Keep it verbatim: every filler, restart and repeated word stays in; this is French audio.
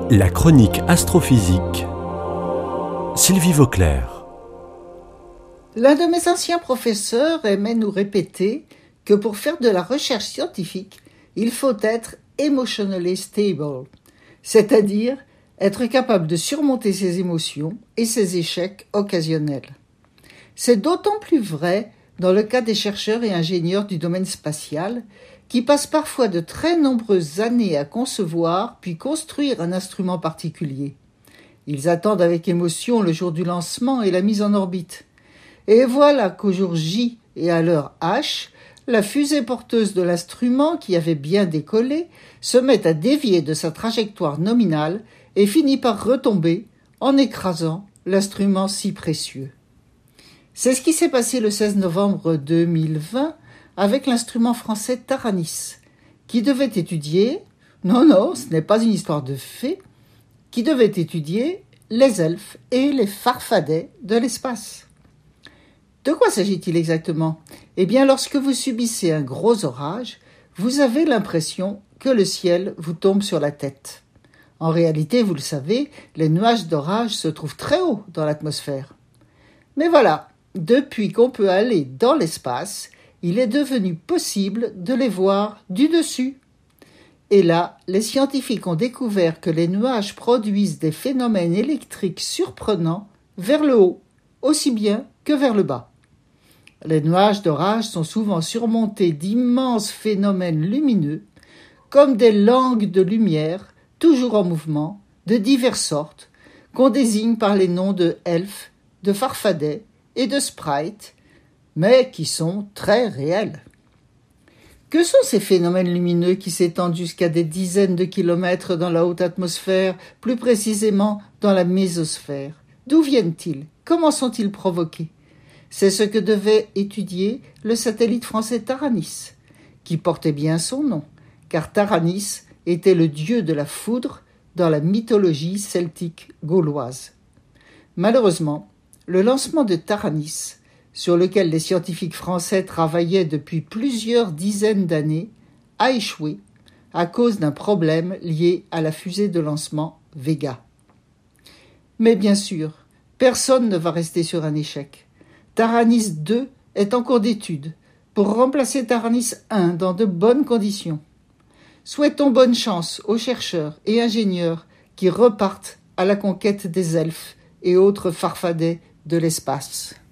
La chronique astrophysique. Sylvie Vauclair. L'un de mes anciens professeurs aimait nous répéter que pour faire de la recherche scientifique, il faut être emotionally stable, c'est-à-dire être capable de surmonter ses émotions et ses échecs occasionnels. C'est d'autant plus vrai dans le cas des chercheurs et ingénieurs du domaine spatial qui passent parfois de très nombreuses années à concevoir puis construire un instrument particulier. Ils attendent avec émotion le jour du lancement et la mise en orbite. Et voilà qu'au jour J et à l'heure H, la fusée porteuse de l'instrument, qui avait bien décollé, se met à dévier de sa trajectoire nominale et finit par retomber en écrasant l'instrument si précieux. C'est ce qui s'est passé le seize novembre deux mille vingt avec l'instrument français Taranis, qui devait étudier, non, non, ce n'est pas une histoire de fées, qui devait étudier les elfes et les farfadets de l'espace. De quoi s'agit-il exactement ? Eh bien, lorsque vous subissez un gros orage, vous avez l'impression que le ciel vous tombe sur la tête. En réalité, vous le savez, les nuages d'orage se trouvent très haut dans l'atmosphère. Mais voilà, depuis qu'on peut aller dans l'espace, il est devenu possible de les voir du dessus. Et là, les scientifiques ont découvert que les nuages produisent des phénomènes électriques surprenants vers le haut, aussi bien que vers le bas. Les nuages d'orage sont souvent surmontés d'immenses phénomènes lumineux, comme des langues de lumière, toujours en mouvement, de diverses sortes, qu'on désigne par les noms de elfes, de farfadets et de sprites, mais qui sont très réels. Que sont ces phénomènes lumineux qui s'étendent jusqu'à des dizaines de kilomètres dans la haute atmosphère, plus précisément dans la mésosphère ? D'où viennent-ils ? Comment sont-ils provoqués ? C'est ce que devait étudier le satellite français Taranis, qui portait bien son nom, car Taranis était le dieu de la foudre dans la mythologie celtique gauloise. Malheureusement, le lancement de Taranis, sur lequel les scientifiques français travaillaient depuis plusieurs dizaines d'années, a échoué à cause d'un problème lié à la fusée de lancement Vega. Mais bien sûr, personne ne va rester sur un échec. Taranis deux est en cours d'étude pour remplacer Taranis un dans de bonnes conditions. Souhaitons bonne chance aux chercheurs et ingénieurs qui repartent à la conquête des elfes et autres farfadets de l'espace.